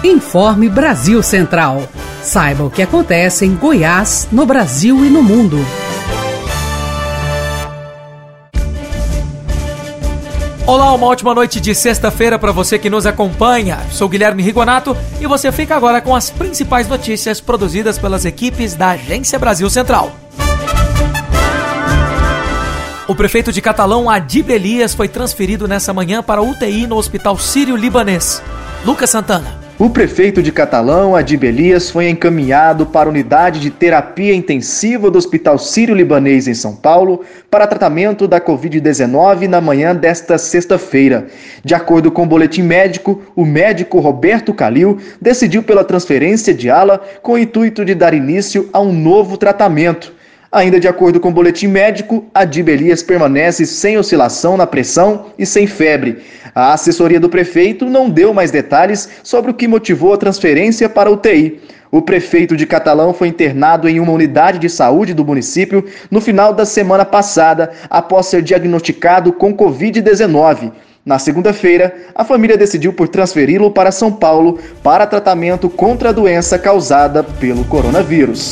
Informe Brasil Central. Saiba o que acontece em Goiás, no Brasil e no mundo. Olá, uma ótima noite de sexta-feira para você que nos acompanha. Sou Guilherme Rigonato e você fica agora com as principais notícias produzidas pelas equipes da Agência Brasil Central. O prefeito de Catalão, Adib Elias, foi transferido nessa manhã para UTI no Hospital Sírio-Libanês. Lucas Santana. O prefeito de Catalão, Adib Elias, foi encaminhado para a unidade de terapia intensiva do Hospital Sírio-Libanês em São Paulo para tratamento da Covid-19 na manhã desta sexta-feira. De acordo com o boletim médico, o médico Roberto Calil decidiu pela transferência de ala com o intuito de dar início a um novo tratamento. Ainda de acordo com o boletim médico, Adib Elias permanece sem oscilação na pressão e sem febre. A assessoria do prefeito não deu mais detalhes sobre o que motivou a transferência para a UTI. O prefeito de Catalão foi internado em uma unidade de saúde do município no final da semana passada, após ser diagnosticado com Covid-19. Na segunda-feira, a família decidiu por transferi-lo para São Paulo para tratamento contra a doença causada pelo coronavírus.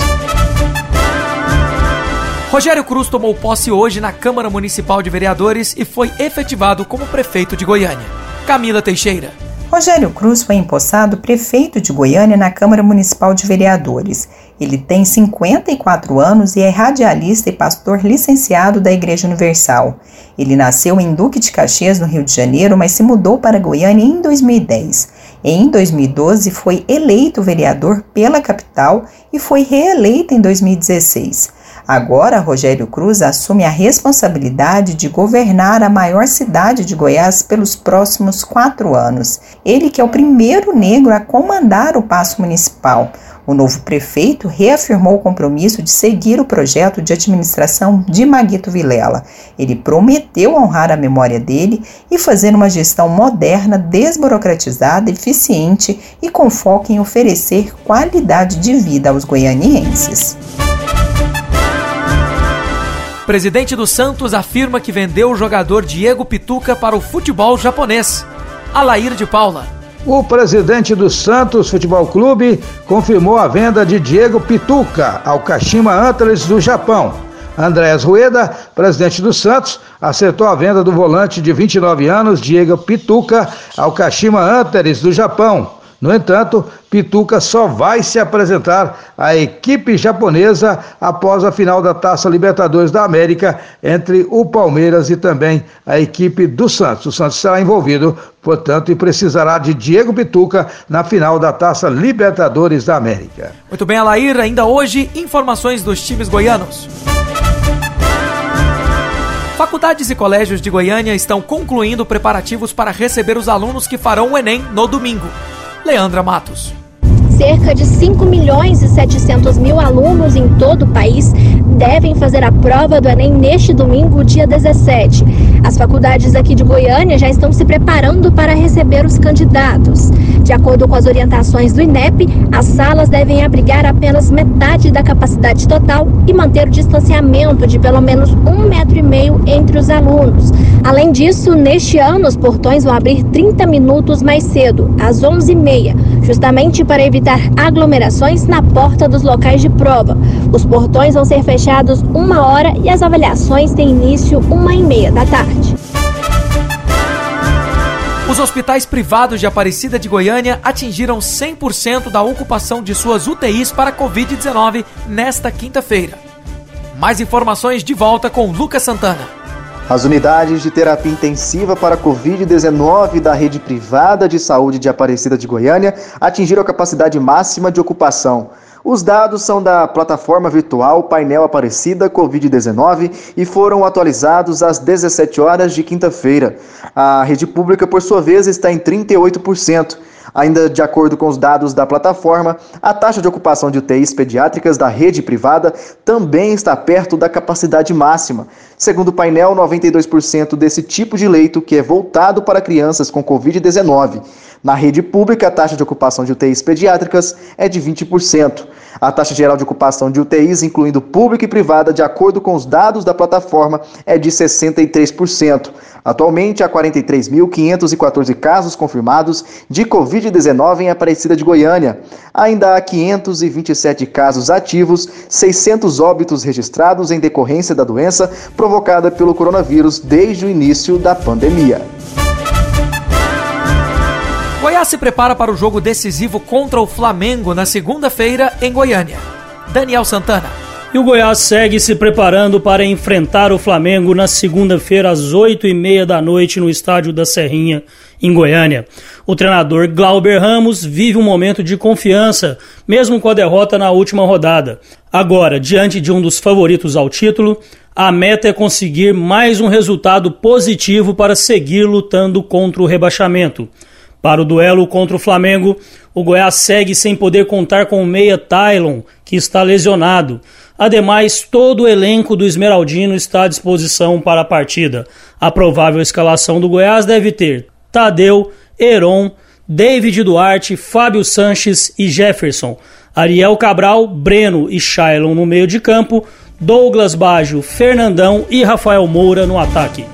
Rogério Cruz tomou posse hoje na Câmara Municipal de Vereadores e foi efetivado como prefeito de Goiânia. Camila Teixeira. Rogério Cruz foi empossado prefeito de Goiânia na Câmara Municipal de Vereadores. Ele tem 54 anos e é radialista e pastor licenciado da Igreja Universal. Ele nasceu em Duque de Caxias, no Rio de Janeiro, mas se mudou para Goiânia em 2010. Em 2012, foi eleito vereador pela capital e foi reeleito em 2016. Agora, Rogério Cruz assume a responsabilidade de governar a maior cidade de Goiás pelos próximos 4 anos. Ele que é o primeiro negro a comandar o Paço Municipal. O novo prefeito reafirmou o compromisso de seguir o projeto de administração de Maguito Vilela. Ele prometeu honrar a memória dele e fazer uma gestão moderna, desburocratizada, eficiente e com foco em oferecer qualidade de vida aos goianienses. O presidente do Santos afirma que vendeu o jogador Diego Pituca para o futebol japonês. Alair de Paula. O presidente do Santos Futebol Clube confirmou a venda de Diego Pituca ao Kashima Antlers do Japão. Andrés Rueda, presidente do Santos, acertou a venda do volante de 29 anos Diego Pituca ao Kashima Antlers do Japão. No entanto, Pituca só vai se apresentar à equipe japonesa após a final da Taça Libertadores da América entre o Palmeiras e também a equipe do Santos. O Santos será envolvido, portanto, e precisará de Diego Pituca na final da Taça Libertadores da América. Muito bem, Alair, ainda hoje, informações dos times goianos. Faculdades e colégios de Goiânia estão concluindo preparativos para receber os alunos que farão o Enem no domingo. Leandra Matos. Cerca de 5.700.000 alunos em todo o país devem fazer a prova do Enem neste domingo, dia 17. As faculdades aqui de Goiânia já estão se preparando para receber os candidatos. De acordo com as orientações do INEP, as salas devem abrigar apenas metade da capacidade total e manter o distanciamento de pelo menos 1,5 metro entre os alunos. Além disso, neste ano, os portões vão abrir 30 minutos mais cedo, às 11h30, justamente para evitar aglomerações na porta dos locais de prova. Os portões vão ser fechados 1h e as avaliações têm início 1h30 da tarde. Os hospitais privados de Aparecida de Goiânia atingiram 100% da ocupação de suas UTIs para Covid-19 nesta quinta-feira. Mais informações de volta com Lucas Santana. As unidades de terapia intensiva para Covid-19 da rede privada de saúde de Aparecida de Goiânia atingiram a capacidade máxima de ocupação. Os dados são da plataforma virtual Painel Aparecida Covid-19 e foram atualizados às 17 horas de quinta-feira. A rede pública, por sua vez, está em 38%. Ainda de acordo com os dados da plataforma, a taxa de ocupação de UTIs pediátricas da rede privada também está perto da capacidade máxima. Segundo o painel, 92% desse tipo de leito que é voltado para crianças com Covid-19. Na rede pública, a taxa de ocupação de UTIs pediátricas é de 20%. A taxa geral de ocupação de UTIs, incluindo pública e privada, de acordo com os dados da plataforma, é de 63%. Atualmente, há 43.514 casos confirmados de Covid-19 em Aparecida de Goiânia. Ainda há 527 casos ativos, 600 óbitos registrados em decorrência da doença provocada pelo coronavírus desde o início da pandemia. Goiás se prepara para o jogo decisivo contra o Flamengo na segunda-feira em Goiânia. Daniel Santana. E o Goiás segue se preparando para enfrentar o Flamengo na segunda-feira às 8h30 da noite no estádio da Serrinha, em Goiânia. O treinador Glauber Ramos vive um momento de confiança, mesmo com a derrota na última rodada. Agora, diante de um dos favoritos ao título, a meta é conseguir mais um resultado positivo para seguir lutando contra o rebaixamento. Para o duelo contra o Flamengo, o Goiás segue sem poder contar com o meia Tylon, que está lesionado. Ademais, todo o elenco do Esmeraldino está à disposição para a partida. A provável escalação do Goiás deve ter Tadeu, Heron, David Duarte, Fábio Sanches e Jefferson, Ariel Cabral, Breno e Shailon no meio de campo, Douglas Baggio, Fernandão e Rafael Moura no ataque.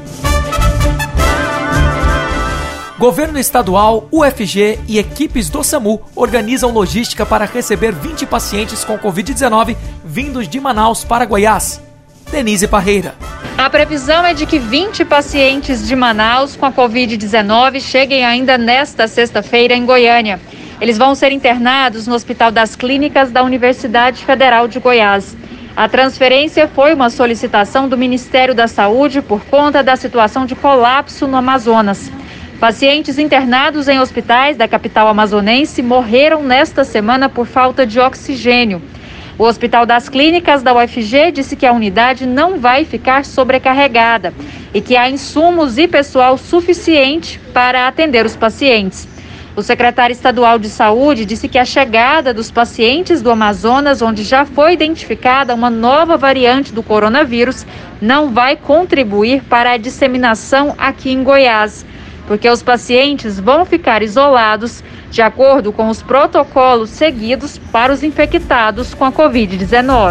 Governo estadual, UFG e equipes do SAMU organizam logística para receber 20 pacientes com Covid-19 vindos de Manaus para Goiás. Denise Parreira. A previsão é de que 20 pacientes de Manaus com a Covid-19 cheguem ainda nesta sexta-feira em Goiânia. Eles vão ser internados no Hospital das Clínicas da Universidade Federal de Goiás. A transferência foi uma solicitação do Ministério da Saúde por conta da situação de colapso no Amazonas. Pacientes internados em hospitais da capital amazonense morreram nesta semana por falta de oxigênio. O Hospital das Clínicas da UFG disse que a unidade não vai ficar sobrecarregada e que há insumos e pessoal suficiente para atender os pacientes. O secretário estadual de Saúde disse que a chegada dos pacientes do Amazonas, onde já foi identificada uma nova variante do coronavírus, não vai contribuir para a disseminação aqui em Goiás, porque os pacientes vão ficar isolados de acordo com os protocolos seguidos para os infectados com a Covid-19.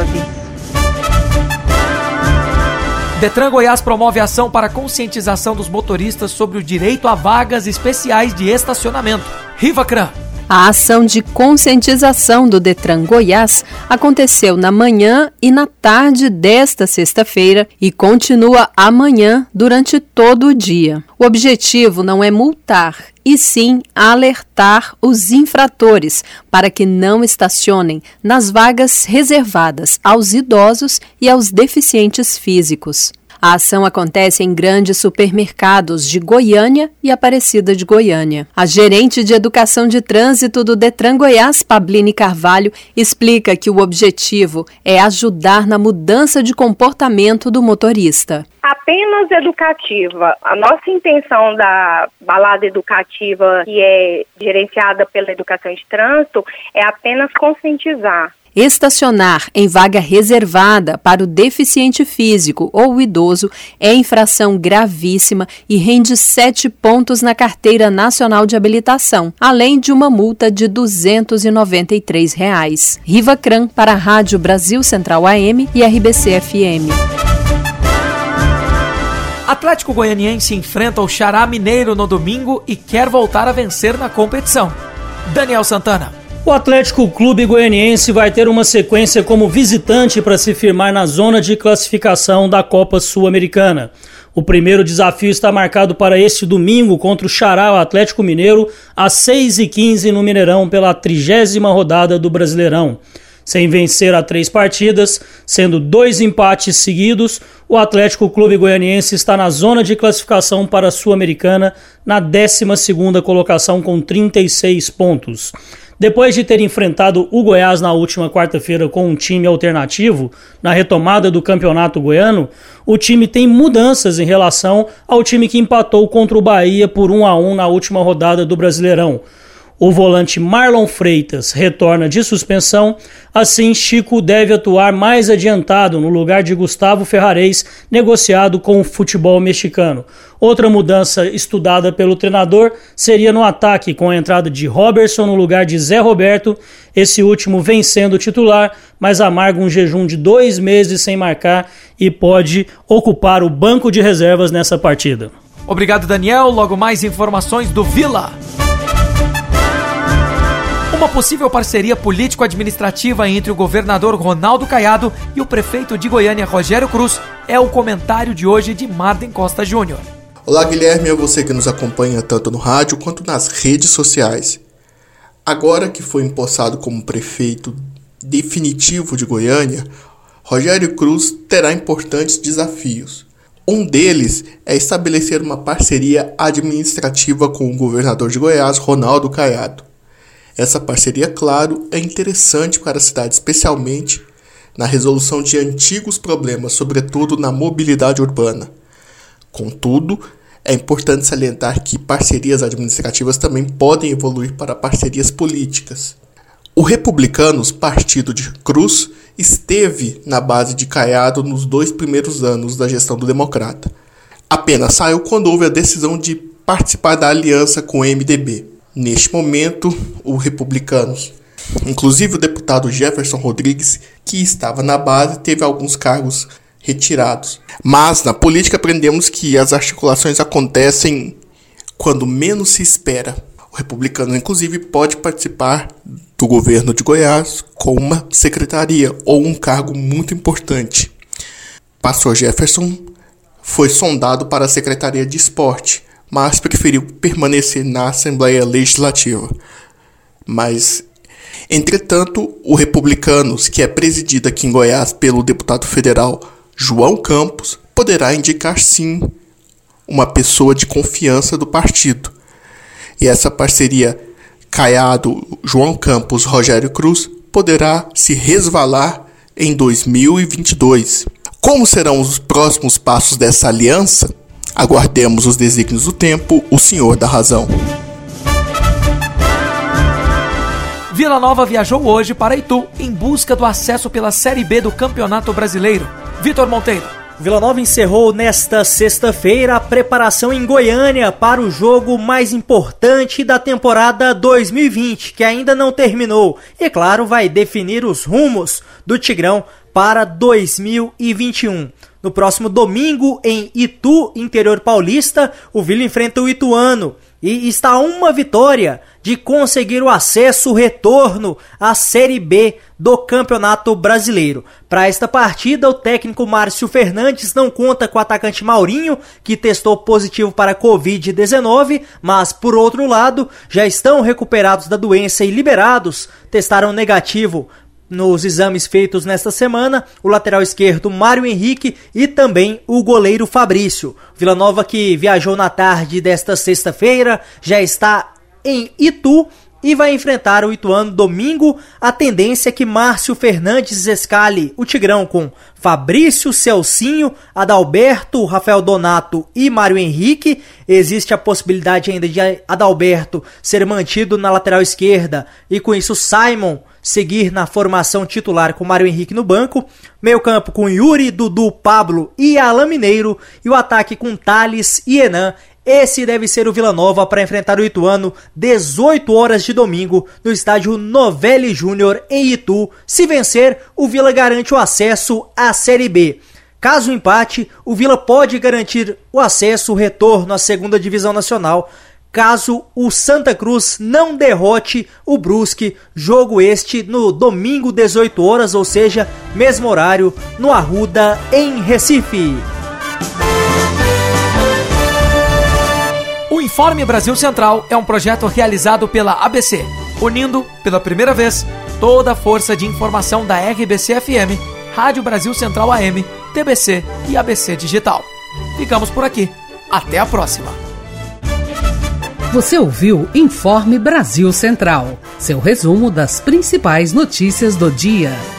Detran Goiás promove ação para conscientização dos motoristas sobre o direito a vagas especiais de estacionamento. Rivacran. A ação de conscientização do Detran Goiás aconteceu na manhã e na tarde desta sexta-feira e continua amanhã durante todo o dia. O objetivo não é multar, e sim alertar os infratores para que não estacionem nas vagas reservadas aos idosos e aos deficientes físicos. A ação acontece em grandes supermercados de Goiânia e Aparecida de Goiânia. A gerente de Educação de Trânsito do Detran Goiás, Pabline Carvalho, explica que o objetivo é ajudar na mudança de comportamento do motorista. Apenas educativa. A nossa intenção da balada educativa, que é gerenciada pela Educação de Trânsito, é apenas conscientizar. Estacionar em vaga reservada para o deficiente físico ou o idoso é infração gravíssima e rende 7 pontos na Carteira Nacional de Habilitação, além de uma multa de R$ 293. Rivacran para a Rádio Brasil Central AM e RBC FM. Atlético Goianiense enfrenta o Xará Mineiro no domingo e quer voltar a vencer na competição. Daniel Santana. O Atlético Clube Goianiense vai ter uma sequência como visitante para se firmar na zona de classificação da Copa Sul-Americana. O primeiro desafio está marcado para este domingo contra o Xará, o Atlético Mineiro, às 6h15 no Mineirão pela 30ª rodada do Brasileirão. Sem vencer a 3 partidas, sendo 2 empates seguidos, o Atlético Clube Goianiense está na zona de classificação para a Sul-Americana na 12ª colocação com 36 pontos. Depois de ter enfrentado o Goiás na última quarta-feira com um time alternativo, na retomada do campeonato goiano, o time tem mudanças em relação ao time que empatou contra o Bahia por 1-1 na última rodada do Brasileirão. O volante Marlon Freitas retorna de suspensão, assim Chico deve atuar mais adiantado no lugar de Gustavo Ferrarez, negociado com o futebol mexicano. Outra mudança estudada pelo treinador seria no ataque, com a entrada de Robertson no lugar de Zé Roberto, esse último vem sendo titular, mas amarga um jejum de 2 meses sem marcar e pode ocupar o banco de reservas nessa partida. Obrigado, Daniel. Logo mais informações do Vila. Uma possível parceria político-administrativa entre o governador Ronaldo Caiado e o prefeito de Goiânia, Rogério Cruz, é o comentário de hoje de Marden Costa Júnior. Olá, Guilherme, é você que nos acompanha tanto no rádio quanto nas redes sociais. Agora que foi empossado como prefeito definitivo de Goiânia, Rogério Cruz terá importantes desafios. Um deles é estabelecer uma parceria administrativa com o governador de Goiás, Ronaldo Caiado. Essa parceria, claro, é interessante para a cidade, especialmente na resolução de antigos problemas, sobretudo na mobilidade urbana. Contudo, é importante salientar que parcerias administrativas também podem evoluir para parcerias políticas. O Republicanos, partido de Cruz, esteve na base de Caiado nos 2 primeiros anos da gestão do Democrata. Apenas saiu quando houve a decisão de participar da aliança com o MDB. Neste momento, o Republicanos, inclusive o deputado Jefferson Rodrigues, que estava na base, teve alguns cargos retirados. Mas na política aprendemos que as articulações acontecem quando menos se espera. O Republicanos, inclusive, pode participar do governo de Goiás com uma secretaria ou um cargo muito importante. Pastor Jefferson foi sondado para a Secretaria de Esporte, mas preferiu permanecer na Assembleia Legislativa. Mas, entretanto, o Republicanos, que é presidido aqui em Goiás pelo deputado federal João Campos, poderá indicar sim uma pessoa de confiança do partido. E essa parceria Caiado, João Campos, Rogério Cruz poderá se resvalar em 2022. Como serão os próximos passos dessa aliança? Aguardemos os desígnios do tempo, o Senhor da razão. Vila Nova viajou hoje para Itu em busca do acesso pela Série B do Campeonato Brasileiro. Vitor Monteiro. Vila Nova encerrou nesta sexta-feira a preparação em Goiânia para o jogo mais importante da temporada 2020, que ainda não terminou. E, claro, vai definir os rumos do Tigrão para 2021. No próximo domingo, em Itu, interior paulista, o Vila enfrenta o Ituano e está a uma vitória de conseguir o acesso, o retorno à Série B do Campeonato Brasileiro. Para esta partida, o técnico Márcio Fernandes não conta com o atacante Maurinho, que testou positivo para a Covid-19, mas, por outro lado, já estão recuperados da doença e liberados, testaram negativo nos exames feitos nesta semana, o lateral esquerdo Mário Henrique e também o goleiro Fabrício. Vila Nova, que viajou na tarde desta sexta-feira, já está em Itu e vai enfrentar o Ituano domingo. A tendência é que Márcio Fernandes escale o Tigrão com Fabrício, Celcinho, Adalberto, Rafael Donato e Mário Henrique. Existe a possibilidade ainda de Adalberto ser mantido na lateral esquerda e com isso Simon seguir na formação titular com Mário Henrique no banco. Meio campo com Yuri, Dudu, Pablo e Alan Mineiro. E o ataque com Thales e Enan. Esse deve ser o Vila Nova para enfrentar o Ituano 18 horas de domingo no estádio Novelli Júnior em Itu. Se vencer, o Vila garante o acesso à Série B. Caso empate, o Vila pode garantir o acesso, o retorno à segunda divisão nacional, caso o Santa Cruz não derrote o Brusque, jogo este no domingo 18 horas, ou seja, mesmo horário, no Arruda, em Recife. O Informe Brasil Central é um projeto realizado pela ABC, unindo, pela primeira vez, toda a força de informação da RBC-FM, Rádio Brasil Central AM, TBC e ABC Digital. Ficamos por aqui. Até a próxima. Você ouviu Informe Brasil Central, seu resumo das principais notícias do dia.